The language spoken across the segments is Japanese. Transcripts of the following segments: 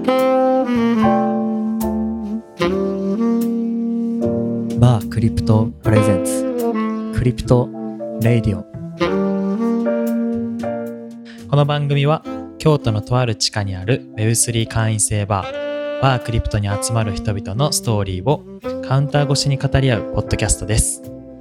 バークリプトプレゼンツクリプトレイディオ。この番組は京都のとある地下にある Web3 会員制バークリプトに集まる人々のストーリーをカウンター越しに語り合うポッドキャストです。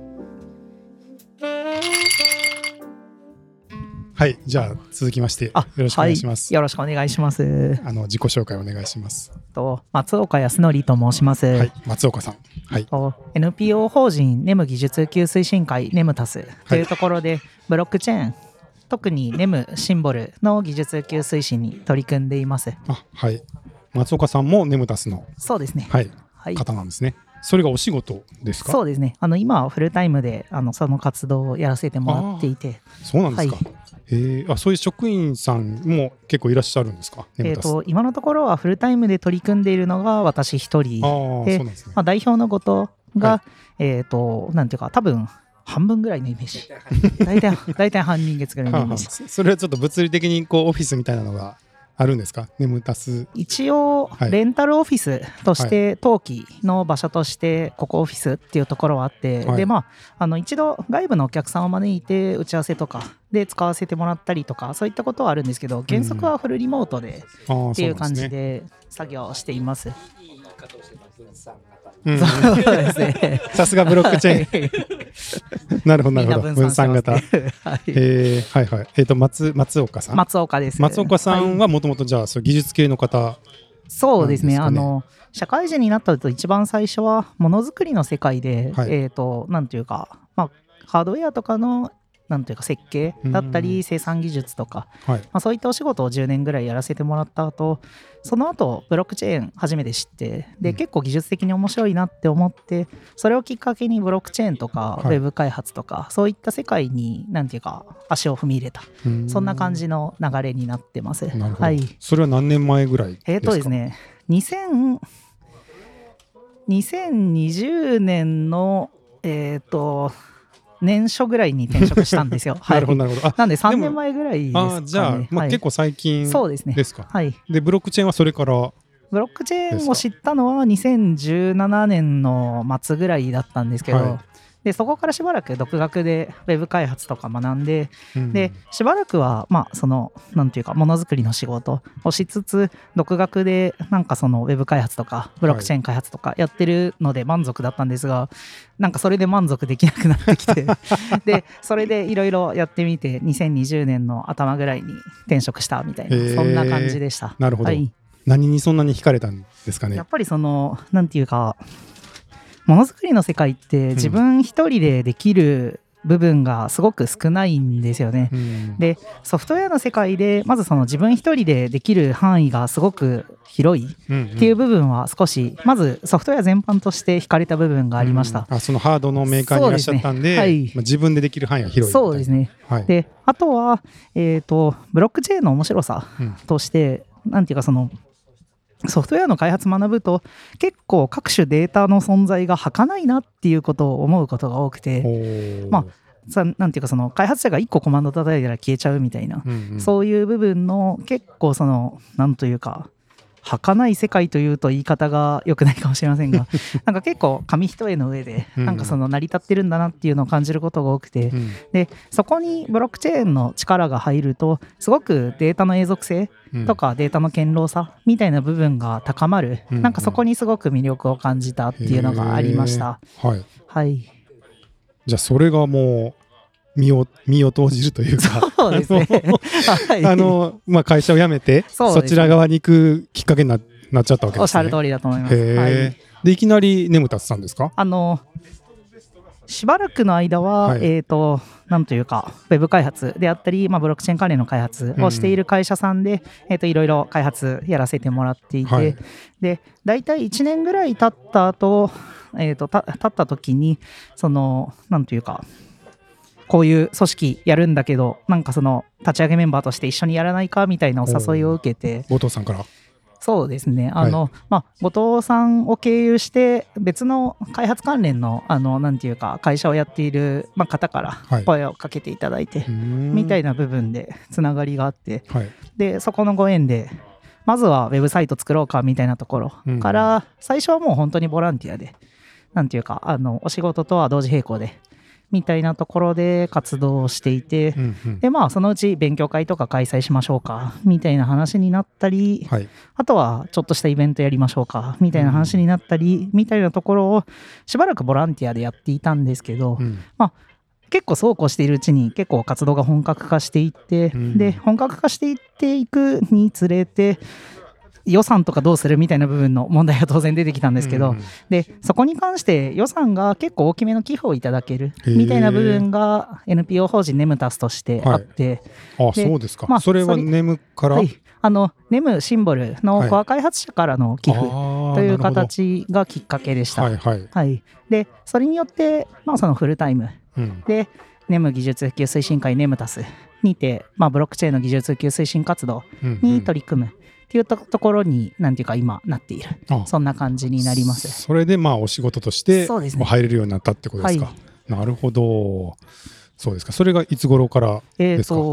はい、じゃあ続きましてよろしくお願いします。 はい、よろしくお願いします。 自己紹介お願いします。 松岡康則と申します。 はい、松岡さん。はい。 NPO 法人ネム技術普及推進会ネムタスというところで、ブロックチェーン、特にネムシンボルの技術普及推進に取り組んでいます。 はい。松岡さんもネムタスのそうですね。 はい。方なんですね。それがお仕事ですか？ そうですね。今はフルタイムでその活動をやらせてもらっていて。 そうなんですか。そういう職員さんも結構いらっしゃるんですか？ 今のところはフルタイムで取り組んでいるのが私一人で、そうなんですね。代表の後藤が、なんていうか多分半分ぐらいのイメージ。大体半人月ぐらいのイメージ。 それはちょっと物理的にこうオフィスみたいなのがあるんですか？ネムタス。 一応レンタルオフィスとして、冬季の場所としてここオフィスっていうところはあって、で一度外部のお客さんを招いて打ち合わせとかで使わせてもらったりとかそういったことはあるんですけど、原則はフルリモートでっていう感じで作業しています。そうですね。 さすがブロックチェーン。なるほどなるほど。分散型。松岡さん。 松岡です。 松岡さんはもともとじゃあ技術系の方。 そうですね。社会人になったと一番最初はものづくりの世界で、なんていうか、ハードウェアとかのなんていうか設計だったり生産技術とか、そういったお仕事を10年ぐらいやらせてもらった後、その後ブロックチェーン初めて知って、で結構技術的に面白いなって思って、それをきっかけにブロックチェーンとかウェブ開発とか、そういった世界になんていうか足を踏み入れた、そんな感じの流れになってます。 なるほど。それは何年前ぐらいですか？ ですね、2020年の年初ぐらいに転職したんですよ。 なるほどなるほど。 なんで3年前ぐらいですかね。 じゃあ、結構最近ですか？ そうですね。はい。 でブロックチェーンはそれから？ ブロックチェーンを知ったのは2017年の末ぐらいだったんですけど、でそこからしばらく独学でウェブ開発とか学んで、でしばらくはなんていうかものづくりの仕事をしつつ、独学でなんかそのウェブ開発とかブロックチェーン開発とかやってるので満足だったんですが、なんかそれで満足できなくなってきてでそれでいろいろやってみて2020年の頭ぐらいに転職したみたいな、そんな感じでした。 なるほど。何にそんなに惹かれたんですかね？やっぱりなんていうか、ものづくりの世界って自分一人でできる部分がすごく少ないんですよね。でソフトウェアの世界でまずその自分一人でできる範囲がすごく広いっていう部分は少しまずソフトウェア全般として惹かれた部分がありました。 そのハードのメーカーにいらっしゃったんで、自分でできる範囲が広い。 そうですね。であとは、ブロックチェーンの面白さとして、なんていうかソフトウェアの開発学ぶと結構各種データの存在が儚いなっていうことを思うことが多くて、なんていうか開発者が1個コマンド叩いたら消えちゃうみたいな、そういう部分の結構なんというか儚い世界というと言い方が良くないかもしれませんがなんか結構紙一重の上でなんか成り立ってるんだなっていうのを感じることが多くて、でそこにブロックチェーンの力が入るとすごくデータの永続性とかデータの堅牢さみたいな部分が高まる、なんかそこにすごく魅力を感じたっていうのがありました。はい。 じゃあそれがもう身を投じるというか、 そうですね。 会社を辞めて そちら側に行くきっかけになっちゃったわけですね。 おっしゃる通りだと思います。 でいきなりネムタスさんですか？ しばらくの間は、なんというかウェブ開発であったり、ブロックチェーン関連の開発をしている会社さんで、いろいろ開発やらせてもらっていて、で大体1年ぐらい経った後、経った時になんというかこういう組織やるんだけど、なんか立ち上げメンバーとして一緒にやらないかみたいなお誘いを受けて、 後藤さんから。 そうですね。後藤さんを経由して別の開発関連のなんていうか会社をやっている方から声をかけていただいて、みたいな部分でつながりがあって、でそこのご縁でまずはウェブサイト作ろうかみたいなところから、最初はもう本当にボランティアで、なんていうか、お仕事とは同時並行で、みたいなところで活動をしていて、で、そのうち勉強会とか開催しましょうか、みたいな話になったり、あとはちょっとしたイベントやりましょうか、みたいな話になったり、みたいなところをしばらくボランティアでやっていたんですけど、結構そうこうしているうちに結構活動が本格化していって、で、本格化していっていくにつれて、予算とかどうするみたいな部分の問題が当然出てきたんですけど、でそこに関して予算が結構大きめの寄付をいただけるみたいな部分が NPO 法人ネムタスとしてあって、 そうですか。それはネムから、 ネムシンボルのコア開発者からの寄付という形がきっかけでした。でそれによって、そのフルタイムで、ネム技術普及推進会ネムタスにて、ブロックチェーンの技術普及推進活動に取り組むっていうところになんていうか今なっている、そんな感じになります。 それでお仕事として入れるようになったってことですか。なるほど。そうですか。それがいつ頃からですか。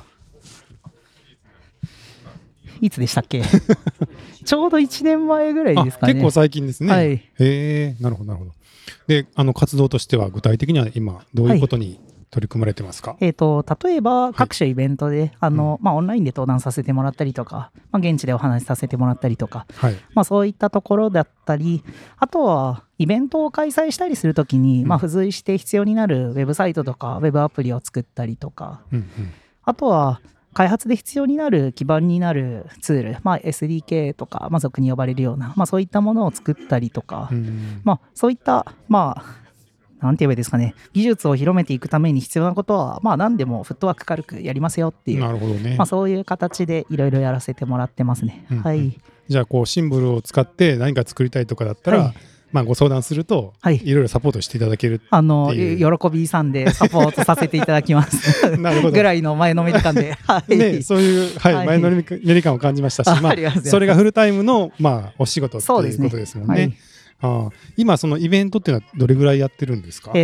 いつでしたっけちょうど1年前ぐらいですかね。 結構最近ですね。なるほどなるほど。で、活動としては具体的には今どういうことに取り組まれてますか。 例えば各種イベントで、オンラインで登壇させてもらったりとか、現地でお話しさせてもらったりとか、そういったところだったり、あとはイベントを開催したりするときに、付随して必要になるウェブサイトとかウェブアプリを作ったりとか、あとは開発で必要になる基盤になるツール、SDK とか、俗に呼ばれるような、そういったものを作ったりとか、そういったなんて言えばいいですかね、技術を広めていくために必要なことは、何でもフットワーク軽くやりますよっていう、 なるほどね。 そういう形でいろいろやらせてもらってますね。 じゃあシンボルを使って何か作りたいとかだったら、ご相談すると、いろいろサポートしていただけるっていう、 喜びさんでサポートさせていただきますなるほどぐらいの前のめり感で、 そういう、前のめり感を感じましたし、それがフルタイムの、お仕事っていうことですもんね。今そのイベントっていうのはどれぐらいやってるんですか。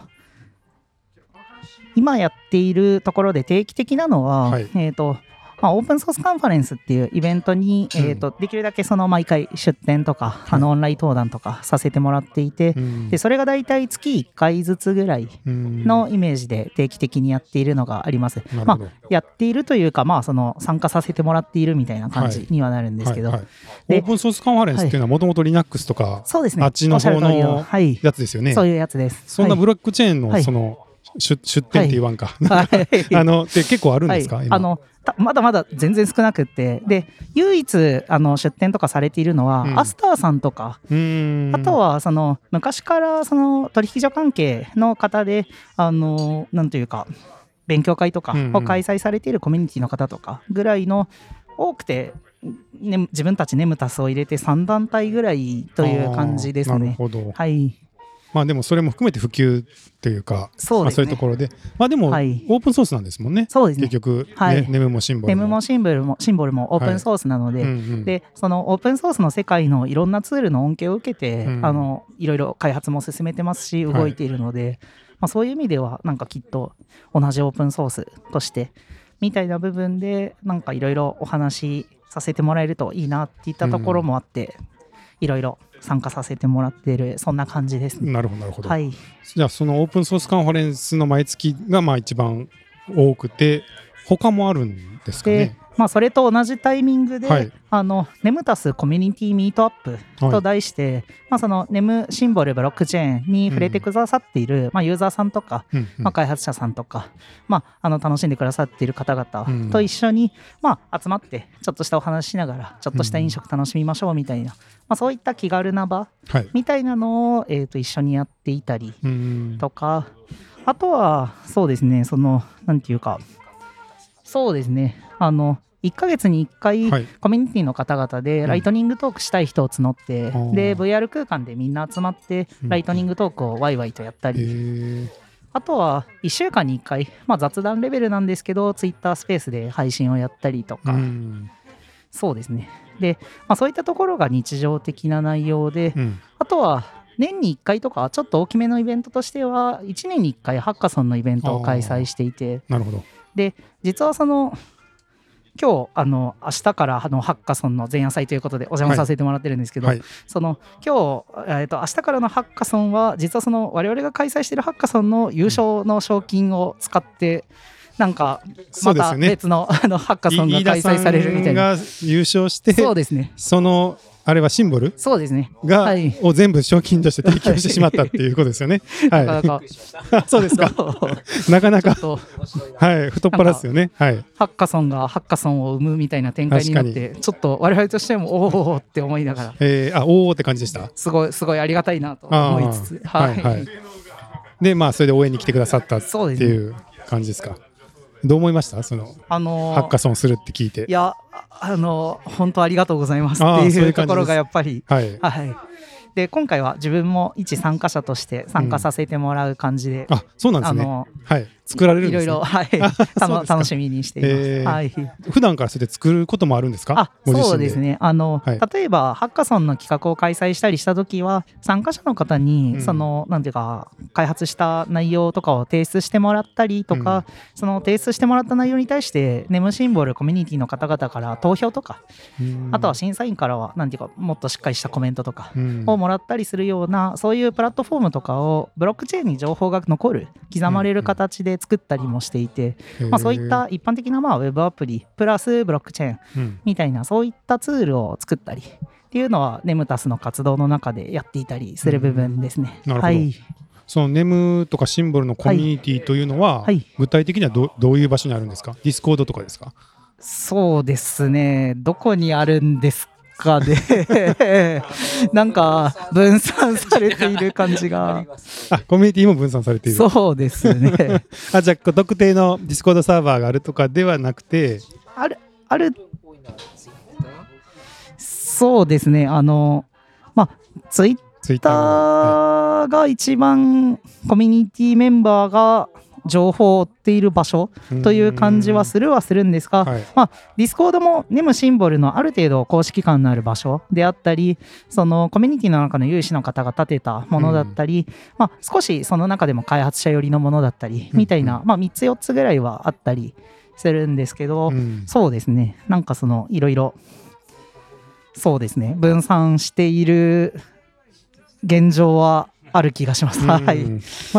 今やっているところで定期的なのは、オープンソースカンファレンスっていうイベントに、できるだけ毎回出展とか、オンライン登壇とかさせてもらっていて、でそれがだいたい月1回ずつぐらいのイメージで定期的にやっているのがあります。やっているというか、参加させてもらっているみたいな感じにはなるんですけど、 オープンソースカンファレンスっていうのはもともと Linux とか、あっちの方のやつですよね。 そういうやつです。 そんなブロックチェーンのその出展って言わんか、って結構あるんですか。今まだまだ全然少なくって、で唯一出展とかされているのは、アスターさんとか、あとは昔から取引所関係の方でなんというか勉強会とかを開催されているコミュニティの方とかぐらいの多くて、自分たちネムタスを入れて3団体ぐらいという感じですね。 なるほど。でもそれも含めて普及というか、そういうところで、でもオープンソースなんですもんね。 そうですね。 結局、ネムもシンボルも。 ネムもシンボルもオープンソースなので、でそのオープンソースの世界のいろんなツールの恩恵を受けて、いろいろ開発も進めてますし、動いているので、そういう意味ではきっと同じオープンソースとしてみたいな部分でいろいろお話しさせてもらえるといいなっていったところもあって、いろいろ参加させてもらっている、そんな感じですね。 なるほどなるほど。じゃあそのオープンソースカンファレンスの毎月が一番多くて、他もあるんですかね。 それと同じタイミングで、ネムタスコミュニティミートアップと題して、そのネムシンボルブロックチェーンに触れてくださっている、ユーザーさんとか、開発者さんとか、楽しんでくださっている方々と一緒に、集まってちょっとしたお話しながらちょっとした飲食楽しみましょうみたいな、そういった気軽な場みたいなのを、一緒にやっていたりとか、あとはそうですね、なんていうか、そうですね、1ヶ月に1回コミュニティの方々でライトニングトークしたい人を募って、で VR 空間でみんな集まってライトニングトークをワイワイとやったり、あとは1週間に1回、雑談レベルなんですけど Twitter スペースで配信をやったりとか、そうですね。で、そういったところが日常的な内容で、あとは年に1回とかちょっと大きめのイベントとしては1年に1回ハッカソンのイベントを開催していて、 なるほど。 で実は今日明日からハッカソンの前夜祭ということでお邪魔させてもらってるんですけど、 はいはい、 その今日、明日からのハッカソンは実はその我々が開催しているハッカソンの優勝の賞金を使ってなんかまた別の、ハッカソンが開催されるみたいな。 飯田さんが優勝して、 そうですね。 そのあれはシンボルそうですねが、 はい、 を全部賞金として提供してしまったっていうことですよね。はい、なかなかそうですか。なかなかはい、太っ腹ですよね。はい。 ハッカソンがハッカソンを生むみたいな展開になって、ちょっと我々としてもおおって思いながら、おおって感じでした。 すごいありがたいなと思いつつ、 はい、はい。でまあそれで応援に来てくださったっていう感じですか。どう思いました？そのハッカソンするって聞いて。 いや本当ありがとうございますっていうところがやっぱり、はい、はい。で今回は自分も一参加者として参加させてもらう感じで、 あ、そうなんですね。はい。作られるんですね。 いろいろ、はい、楽しみにしています。はい。 普段からそれで作ることもあるんですか？ そうですね。例えばハッカソンの企画を開催したりしたときは、参加者の方にそのなんていうか開発した内容とかを提出してもらったりとか、その提出してもらった内容に対してネムシンボルコミュニティの方々から投票とか、あとは審査員からはなんていうかもっとしっかりしたコメントとかをもらったりするような、そういうプラットフォームとかをブロックチェーンに情報が残る、刻まれる形で作ったりもしていて、そういった一般的なウェブアプリプラスブロックチェーンみたいな、そういったツールを作ったりっていうのはネムタスの活動の中でやっていたりする部分ですね。 なるほど。はい。そのネムとかシンボルのコミュニティというのは、具体的にはどういう場所にあるんですか？ディスコードとかですか？ そうですね、どこにあるんですかでなんか分散されている感じがコミュニティも分散されている。 そうですねじゃあ特定のディスコードサーバーがあるとかではなくて、 あるそうですね、ツイッターが一番コミュニティメンバーが情報を追っている場所という感じはするんですが、ディスコードもネムシンボルのある程度公式感のある場所であったり、そのコミュニティの中の有志の方が立てたものだったり、少しその中でも開発者寄りのものだったりみたいな、3つ4つぐらいはあったりするんですけど、そうですね、なんかそのいろいろそうですね、分散している現状はある気がします。はい。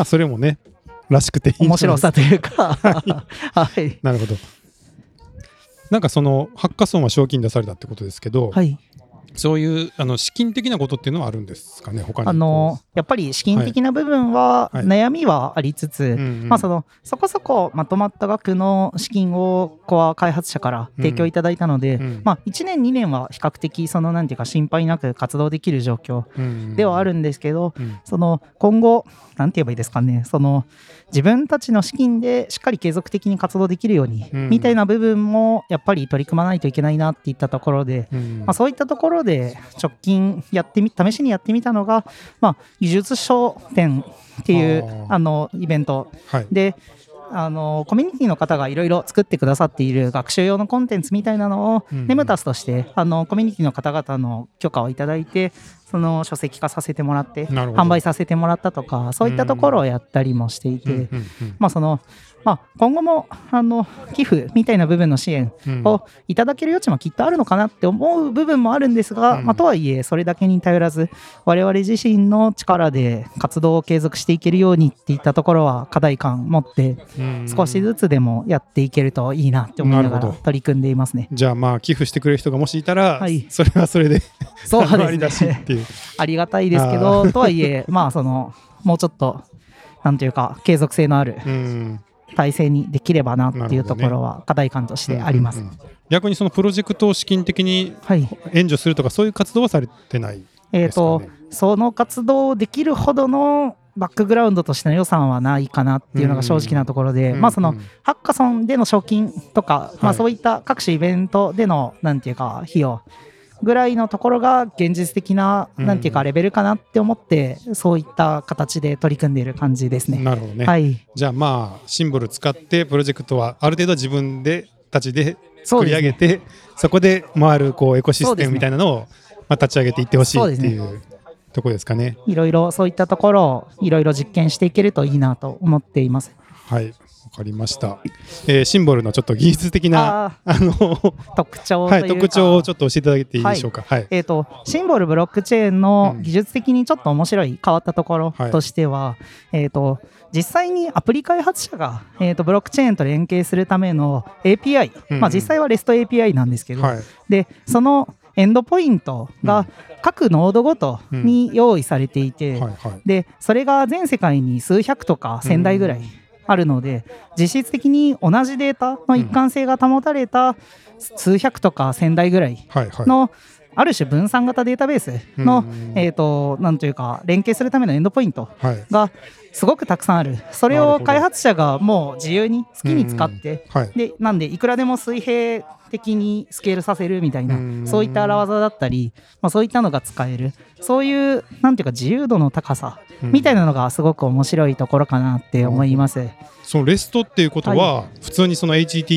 それもねらしくていい面白さというかはい、 なるほど。なんかそのハッカソンは賞金出されたってことですけど、はい、そういう資金的なことっていうのはあるんですかね？他にやっぱり資金的な部分は悩みはありつつ、そこそこまとまった額の資金をコア開発者から提供いただいたので、1年2年は比較的そのなんていうか心配なく活動できる状況ではあるんですけど、その今後なんて言えばいいですかね、その自分たちの資金でしっかり継続的に活動できるように、みたいな部分もやっぱり取り組まないといけないなっていったところで、そういったところで直近試しにやってみたのが、技術書展っていうイベントで、コミュニティの方がいろいろ作ってくださっている学習用のコンテンツみたいなのを、ネムタスとしてコミュニティの方々の許可をいただいて、その書籍化させてもらって販売させてもらったとか、そういったところをやったりもしていて、今後も寄付みたいな部分の支援をいただける余地もきっとあるのかなって思う部分もあるんですが、とはいえそれだけに頼らず我々自身の力で活動を継続していけるようにっていったところは課題感持って少しずつでもやっていけるといいなって思いながら取り組んでいますね。 じゃあ寄付してくれる人がもしいたら、それはそれでそうですねありがたいですけど、とはいえもうちょっとなんていうか継続性のある体制にできればなっていうところは課題感としてあります。 逆にそのプロジェクトを資金的に援助するとか、そういう活動はされてないですかね？ その活動できるほどのバックグラウンドとしての予算はないかなっていうのが正直なところで、そのハッカソンでの賞金とか、そういった各種イベントでのなんていうか費用ぐらいのところが現実的ななんていうかレベルかなって思って、そういった形で取り組んでいる感じですね。 なるほどね。じゃあシンボル使ってプロジェクトはある程度自分たちで作り上げて、そこで回るエコシステムみたいなのを立ち上げていってほしいっていうところですかね。 いろいろそういったところをいろいろ実験していけるといいなと思っています。 はい、 わかりました。シンボルのちょっと技術的な特徴というか、 特徴をちょっと教えていただいていいでしょうか。 シンボルブロックチェーンの技術的にちょっと面白い変わったところとしては、実際にアプリ開発者が、ブロックチェーンと連携するための API、実際は REST API なんですけど、でそのエンドポイントが各ノードごとに用意されていて、でそれが全世界に数百とか1000台ぐらいあるので、実質的に同じデータの一貫性が保たれた数百とか1000台ぐらいのある種分散型データベースのなんというか連携するためのエンドポイントがすごくたくさんある。それを開発者がもう自由に好きに使って、でなんでいくらでも水平的にスケールさせるみたいな、そういった荒技だったり、そういったのが使える、そういうなんていうか自由度の高さみたいなのがすごく面白いところかなって思います。 その REST っていうことは、普通にその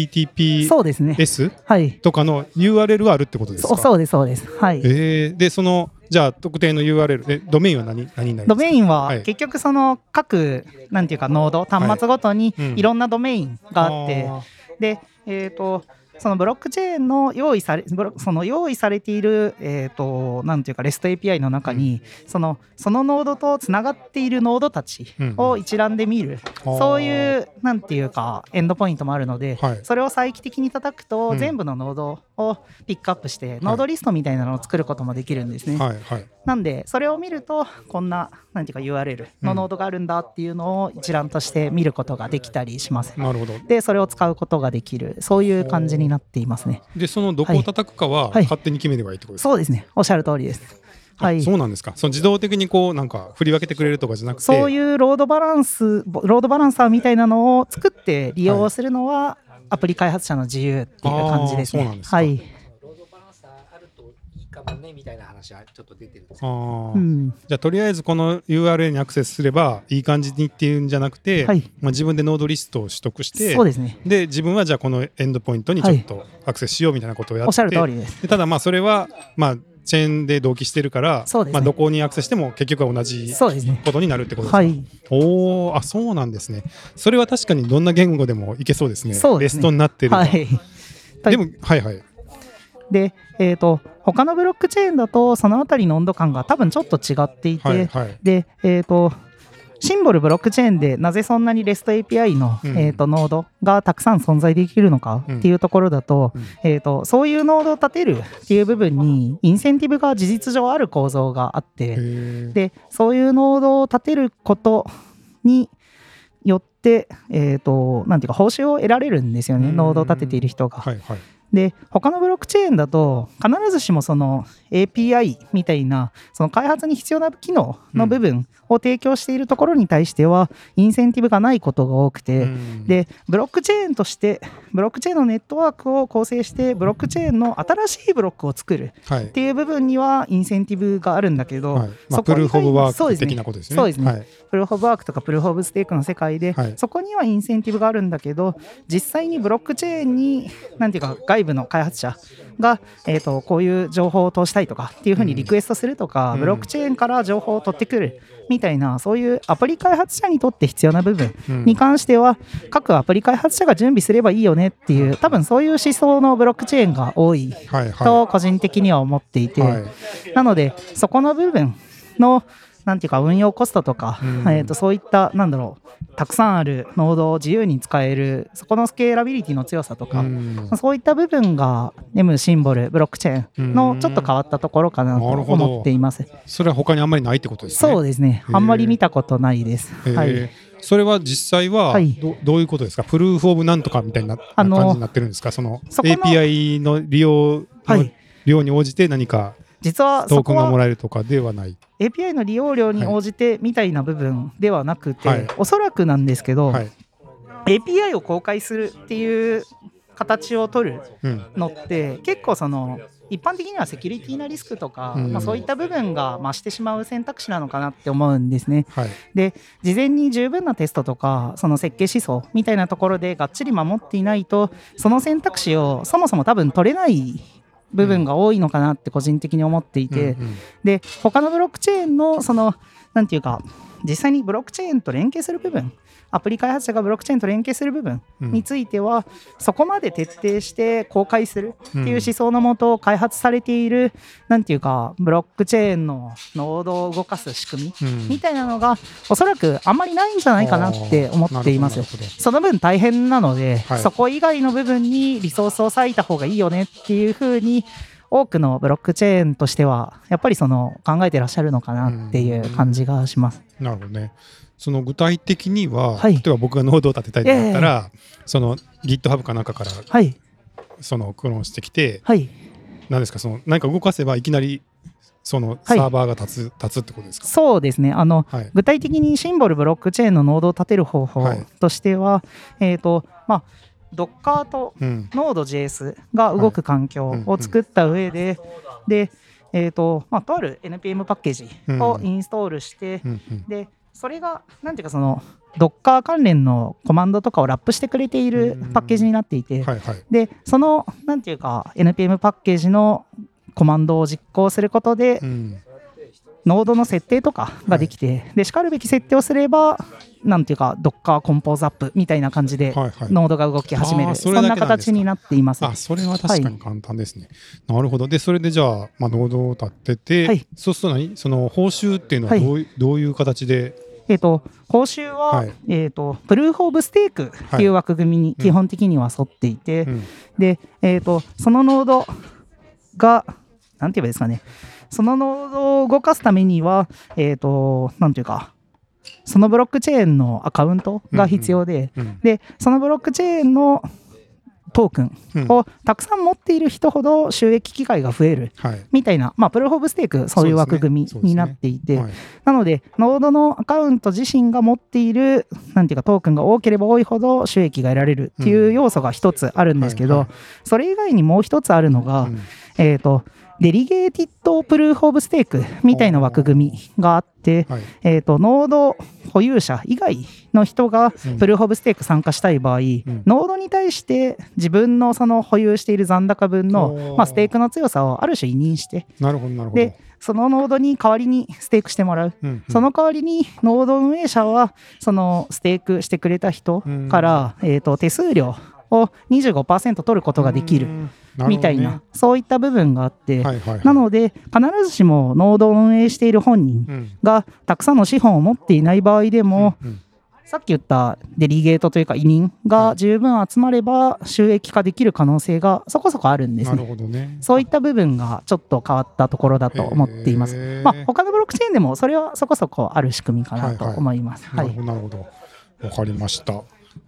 HTTPS とかの URL があるってことですか？ そうですそうです。 でそのじゃあ特定の URL ドメインは何になるんですか？ ドメインは結局その各なんていうかノード端末ごとにいろんなドメインがあって、でそのブロックチェーンの用意されているなんていうか REST API の中にそのノードとつながっているノードたちを一覧で見る、そういうなんていうかエンドポイントもあるので、それを再帰的に叩くと全部のノードをピックアップしてノードリストみたいなのを作ることもできるんですね。なんでそれを見るとこんななんていうか URL のノードがあるんだっていうのを一覧として見ることができたりします。 なるほど。 でそれを使うことができる、そういう感じになっていますね。 でそのどこを叩くかは勝手に決めればいいってことですか？ そうですね、おっしゃる通りです。 そうなんですか。その自動的にこうなんか振り分けてくれるとかじゃなくて、 そういうロードバランサーみたいなのを作って利用するのは、アプリ開発者の自由っていう感じですね。 そうなんですか。 ロードバランサーあるといいかもねみたいな話はちょっと出てるんですけど、 じゃあとりあえずこの URL にアクセスすればいい感じにっていうんじゃなくて、自分でノードリストを取得して、 そうですね。 で自分はじゃあこのエンドポイントにちょっとアクセスしようみたいなことをやって、 おっしゃる通りです。 でただそれはチェーンで同期してるから、どこにアクセスしても結局は同じことになるってことですか？そうなんですね。それは確かにどんな言語でもいけそうですね。レストになってる。でもで他のブロックチェーンだとそのあたりの温度感が多分ちょっと違っていて、でシンボルブロックチェーンでなぜそんなに REST API の、ノードがたくさん存在できるのかっていうところだと、そういうノードを立てるっていう部分にインセンティブが事実上ある構造があって、でそういうノードを立てることによって、なんていうか報酬を得られるんですよね、ノードを立てている人が。で他のブロックチェーンだと必ずしもその API みたいなその開発に必要な機能の部分を提供しているところに対してはインセンティブがないことが多くて、でブロックチェーンとしてブロックチェーンのネットワークを構成してブロックチェーンの新しいブロックを作るっていう部分にはインセンティブがあるんだけど、 プルーフ・オブ・ワーク的なことですね。 そうですね、プルーフ・オブ・ワークとかプルーフ・オブ・ステークの世界で、そこにはインセンティブがあるんだけど、実際にブロックチェーンになんていうか外部の開発者が、こういう情報を通したいとかっていうふうにリクエストするとか、ブロックチェーンから情報を取ってくるみたいな、そういうアプリ開発者にとって必要な部分に関しては、各アプリ開発者が準備すればいいよねっていう、多分そういう思想のブロックチェーンが多いと個人的には思っていて、なのでそこの部分のなんていうか運用コストとか、そういったたくさんあるノードを自由に使えるそこのスケーラビリティの強さとか、そういった部分が M シンボルブロックチェーンのちょっと変わったところかなと思っています。 それは他にあんまりないってことですね。 そうですね、あんまり見たことないです。 それは実際はどういうことですか？プルーフ・オブ・なんとかみたいな感じになってるんですか？その API の利用の量に応じて何か実はトークンがもらえるとかではない。 API の利用量に応じてみたいな部分ではなくて、おそらくなんですけど、API を公開するっていう形を取るのって、結構その一般的にはセキュリティなリスクとか、そういった部分が増してしまう選択肢なのかなって思うんですね。で事前に十分なテストとかその設計思想みたいなところでがっちり守っていないと、その選択肢をそもそも多分取れない部分が多いのかなって個人的に思っていて、で他のブロックチェーンのそのなんていうか実際にブロックチェーンと連携する部分、アプリ開発者がブロックチェーンと連携する部分については、そこまで徹底して公開するっていう思想のもと開発されている、なんていうかブロックチェーンのノードを動かす仕組みみたいなのがおそらくあんまりないんじゃないかなって思っています。その分大変なので、そこ以外の部分にリソースを割いた方がいいよねっていうふうに多くのブロックチェーンとしてはやっぱりその考えてらっしゃるのかなっていう感じがします。 なるほどね。その具体的には、例えば僕がノードを立てたいとなったら、その GitHub かなんかから、そのクローンしてきて、何ですか、その何か動かせばいきなりそのサーバーが立つってことですか？ そうですね。具体的にシンボルブロックチェーンのノードを立てる方法としては、Docker と Node.js が動く環境を作った上で、とある NPM パッケージをインストールして、でそれがなんていうかその Docker 関連のコマンドとかをラップしてくれているパッケージになっていて、でそのなんていうか NPM パッケージのコマンドを実行することで、ノードの設定とかができて、でしかるべき設定をすればなんていうか Docker コンポーズアップみたいな感じでノードが動き始める、そんな形になっています。 それは確かに簡単ですね。なるほど。でそれでじゃあ、ノードを立てて、そうするとその報酬っていうのはどういう形で？ 報酬は、プルーフ・オブ・ステークっていう枠組みに基本的には沿っていて、で、そのノードがなんて言えばいいですかね、そのノードを動かすためには、なんていうかそのブロックチェーンのアカウントが必要で、でそのブロックチェーンのトークンをたくさん持っている人ほど収益機会が増えるみたいな、プルーフ・オブ・ステークそういう枠組みになっていて、なのでノードのアカウント自身が持っているなんていうかトークンが多ければ多いほど収益が得られるっていう要素が一つあるんですけど、それ以外にもう一つあるのが、デリゲーティッドプルーフ・オブ・ステークみたいな枠組みがあって、ノード保有者以外の人がプルーフ・オブ・ステーク参加したい場合、ノードに対して自分のその保有している残高分の、ステークの強さをある種委任して、でそのノードに代わりにステークしてもらう、その代わりにノード運営者はそのステークしてくれた人から、手数料を 25% 取ることができるみたいな、そういった部分があって、なので必ずしもノードを運営している本人がたくさんの資本を持っていない場合でも、さっき言ったデリゲートというか委任が十分集まれば収益化できる可能性がそこそこあるんですね。そういった部分がちょっと変わったところだと思っています。他のブロックチェーンでもそれはそこそこある仕組みかなと思います。 なるほど、わかりました。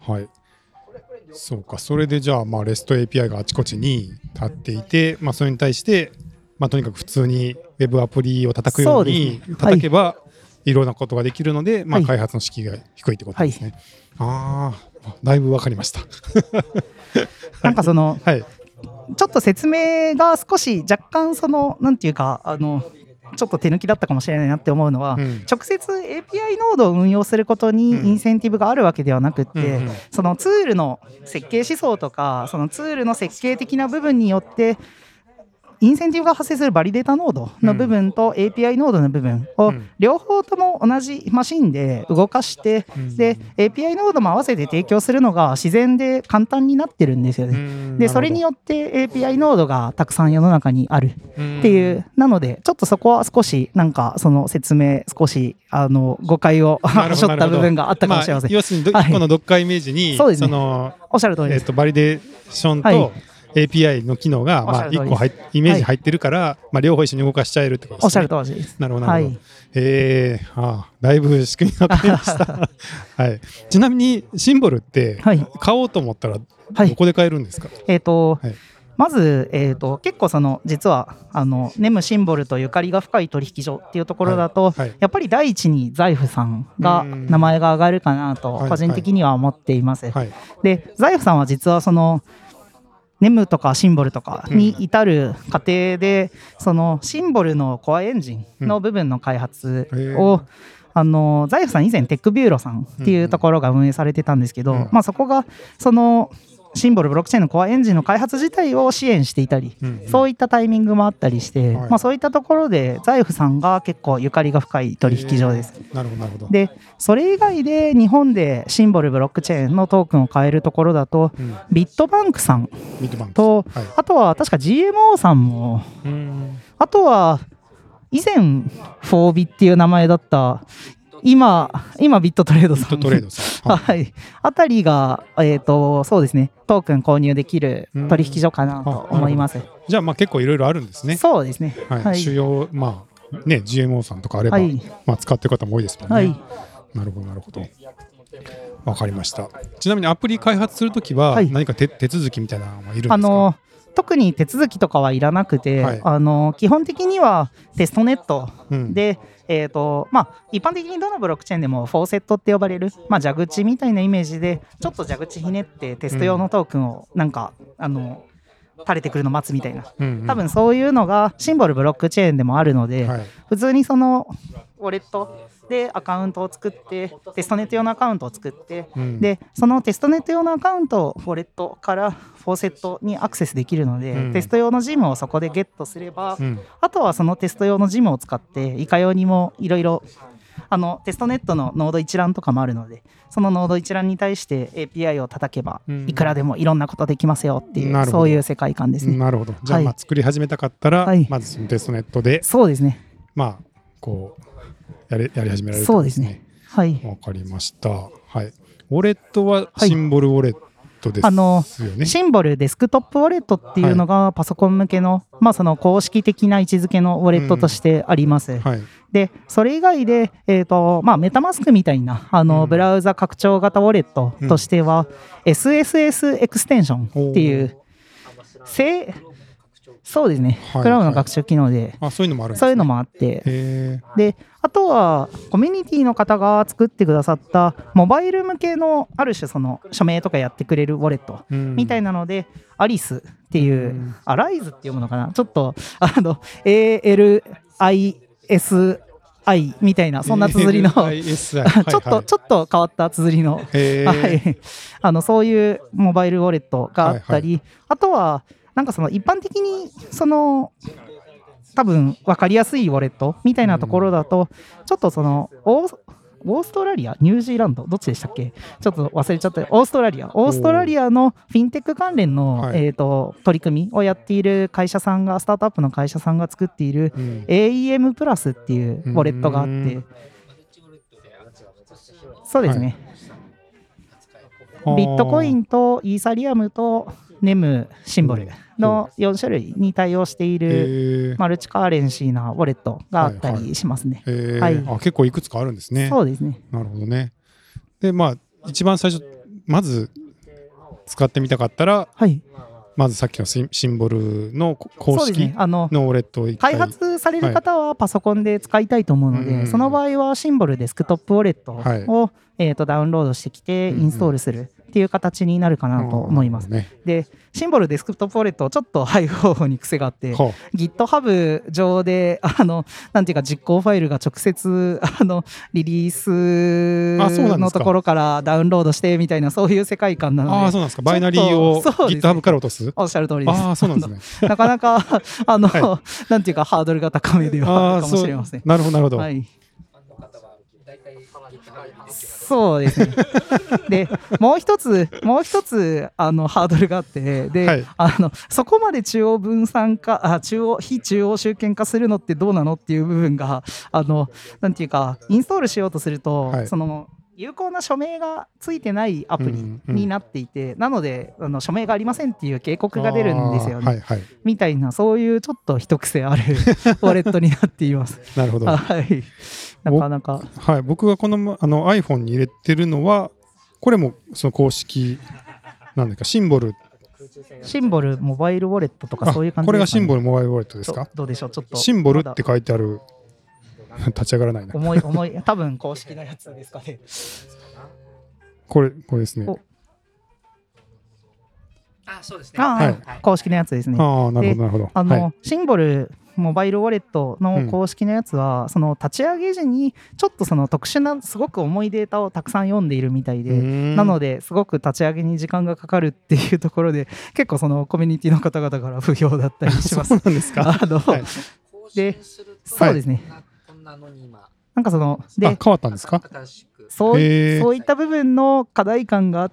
そうか、それでじゃあ、REST API があちこちに立っていて、それに対して、とにかく普通に Web アプリを叩くように叩けば、いろんなことができるので、開発の敷居が低いってことですね。だいぶ分かりました。 なんかその、ちょっと説明が少し若干そのなんていうかちょっと手抜きだったかもしれないなって思うのは、直接 API ノードを運用することにインセンティブがあるわけではなくって、そのツールの設計思想とかそのツールの設計的な部分によってインセンティブが発生するバリデータノードの部分と API ノードの部分を両方とも同じマシンで動かして、で API ノードも合わせて提供するのが自然で簡単になってるんですよね。でそれによって API ノードがたくさん世の中にあるっていう、なのでちょっとそこは少しなんかその説明少し誤解をしょった部分があったかもしれません。 要するに1個の Docker イメージにそうですね、おっしゃる通りです。 バリデーションとAPI の機能が1個イメージ入ってるから、両方一緒に動かしちゃえるってことですね。 おっしゃる通りです。 なるほど。だいぶ仕組みが分かりました。ちなみにシンボルって買おうと思ったらどこで買えるんですか？ まず、結構その実はネムシンボルとゆかりが深い取引所っていうところだと、やっぱり第一に財布さんが名前が挙がるかなと個人的には思っています。で財布さんは実はそのネムとかシンボルとかに至る過程で、そのシンボルのコアエンジンの部分の開発を、財布さん以前テックビューロさんっていうところが運営されてたんですけど、そこがそのシンボルブロックチェーンのコアエンジンの開発自体を支援していたり、そういったタイミングもあったりして、そういったところで財布さんが結構ゆかりが深い取引所です。 なるほどなるほど。 でそれ以外で日本でシンボルブロックチェーンのトークンを買えるところだと、ビットバンクさんと、あとは確か GMO さんも、あとは以前フォービっていう名前だった今ビットトレードさんはい、あたりが、そうですね、トークン購入できる取引所かなと思います。 じゃあまあ結構いろいろあるんですね。 そうですね、 主要まあね GMO さんとかあれば、まあ使ってる方も多いですもんね。なるほどなるほど、わかりました。ちなみにアプリ開発するときは何か手続きみたいなのはいるんですか？ 特に手続きとかはいらなくて、基本的にはテストネットで、一般的にどのブロックチェーンでもフォーセットって呼ばれる、蛇口みたいなイメージでちょっと蛇口ひねってテスト用のトークンをなんか、垂れてくるの待つみたいな、多分そういうのがシンボルブロックチェーンでもあるので、普通にそのウォレットでアカウントを作ってテストネット用のアカウントを作って、でそのテストネット用のアカウントをウォレットからフォーセットにアクセスできるので、テスト用のジムをそこでゲットすれば、あとはそのテスト用のジムを使っていかようにもいろいろテストネットのノード一覧とかもあるので、そのノード一覧に対して API を叩けばいくらでもいろんなことできますよっていう、そういう世界観ですね。 なるほど。じゃあ、作り始めたかったら、まずそのテストネットでそうですね、 まあこうやり始められるそうですね。はい、 わかりました。はい。ウォレットはシンボルウォレットですよね。 シンボルデスクトップウォレットっていうのがパソコン向けの、その公式的な位置づけのウォレットとしてあります。でそれ以外で、メタマスクみたいなブラウザ拡張型ウォレットとしては、SSS エクステンションっていう、そうですね、クラウドの学習機能で、 そういうのもあるんですね。 そういうのもあって、であとはコミュニティの方が作ってくださったモバイル向けのある種その署名とかやってくれるウォレットみたいなので、アリスっていう、ライズって読むのかな、ちょっとALISI みたいな、そんな綴りのちょっと変わった綴りのそういうモバイルウォレットがあったり、あとはなんかその一般的にその多分分かりやすいウォレットみたいなところだと、ちょっとそのオーストラリア、ニュージーランド、どっちでしたっけ、ちょっと忘れちゃった。オーストラリアのフィンテック関連の、取り組みをやっている会社さんが、スタートアップの会社さんが作っている、AEM プラスっていうウォレットがあって、そうですね、ビットコインとイーサリアムとネムシンボルの4種類に対応しているマルチカーレンシーなウォレットがあったりしますね。 結構いくつかあるんですね。 そうですね。 なるほどね。で一番最初まず使ってみたかったら、まずさっきのシンボルの公式のウォレットを開発される方はパソコンで使いたいと思うので、その場合はシンボルデスクトップウォレットをダウンロードしてきてインストールするっていう形になるかなと思います。でシンボルデスクトップウォレットちょっと配布方法に癖があって、GitHub 上でなんていうか実行ファイルが直接リリースのところからダウンロードしてみたいな、そういう世界観なので。 そうなんですか。バイナリーを GitHub から落とす。 おっしゃる通りです。 そうなんですね。なかなかなんていうかハードルが高めではあるかもしれません。 なるほどなるほど。 そうですね。でもう一つハードルがあって、で、そこまで中央分散化非中央集権化するのってどうなのっていう部分がなんていうかインストールしようとすると、その有効な署名がついてないアプリになっていて、なので署名がありませんっていう警告が出るんですよね、みたいな、そういうちょっと一癖あるウォレットになっています。 なるほど。 なかなか、 僕がこのiPhone に入れてるのは、これもその公式なんだか、シンボルモバイルウォレットとかそういう感じですかね。 これがシンボルモバイルウォレットですか。 どうでしょう、ちょっとシンボルって書いてある。立ち上がらないな。 重い多分公式のやつですかね。 これですね。 あ、そうですね。 はい公式のやつですね。 ああ、なるほどなるほど。はい。 シンボルモバイルウォレットの公式のやつは、その立ち上げ時にちょっとその特殊なすごく重いデータをたくさん読んでいるみたいで、なのですごく立ち上げに時間がかかるっていうところで結構そのコミュニティの方々から不評だったりします。 そうなんですか。 で、そうですね。なんかそので変わったんですか。 そういった部分の課題感があって、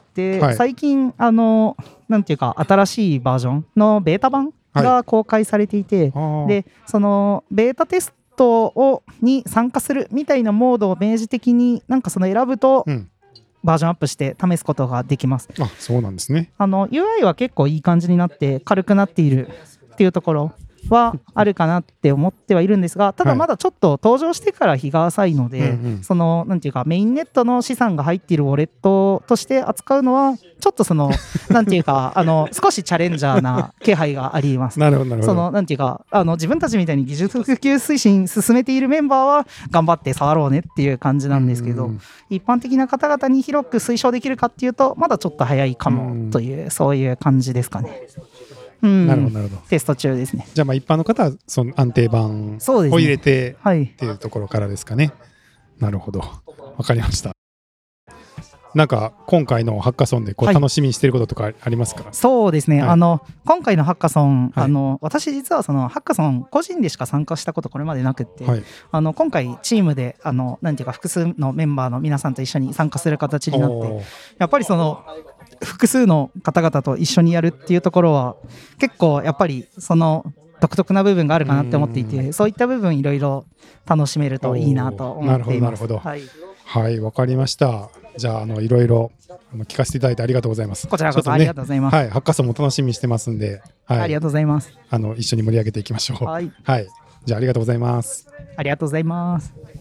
最近なんていうか新しいバージョンのベータ版が公開されていて、でそのベータテストに参加するみたいなモードを明示的になんかその選ぶと、バージョンアップして試すことができます。 あ、そうなんですね。 UI は結構いい感じになって軽くなっているっていうところはあるかなって思ってはいるんですが、ただまだちょっと登場してから日が浅いので、そのなんていうかメインネットの資産が入っているウォレットとして扱うのはちょっとそのなんていうか少しチャレンジャーな気配があります。 なるほどなるほど。 そのなんていうか自分たちみたいに技術普及推進進めているメンバーは頑張って触ろうねっていう感じなんですけど、一般的な方々に広く推奨できるかっていうとまだちょっと早いかもというそういう感じですかね。 なるほどなるほど。 テスト中ですね。 じゃあまあ一般の方はその安定版を入れてっていうところからですかね。なるほど、わかりました。なんか今回のハッカソンでこう楽しみにしていることとかありますか。 そうですね、今回のハッカソン、私実はそのハッカソン個人でしか参加したことこれまでなくって、今回チームでなんていうか複数のメンバーの皆さんと一緒に参加する形になって、やっぱりその複数の方々と一緒にやるっていうところは結構やっぱりその独特な部分があるかなって思っていて、そういった部分いろいろ楽しめるといいなと思っています。 なるほど。はい、わかりました。じゃあいろいろ聞かせていただいてありがとうございます。 こちらこそありがとうございます。 はい、ハッカソンも楽しみにしてますんで、 ありがとうございます。 一緒に盛り上げていきましょう。はい、じゃあありがとうございます。 ありがとうございます。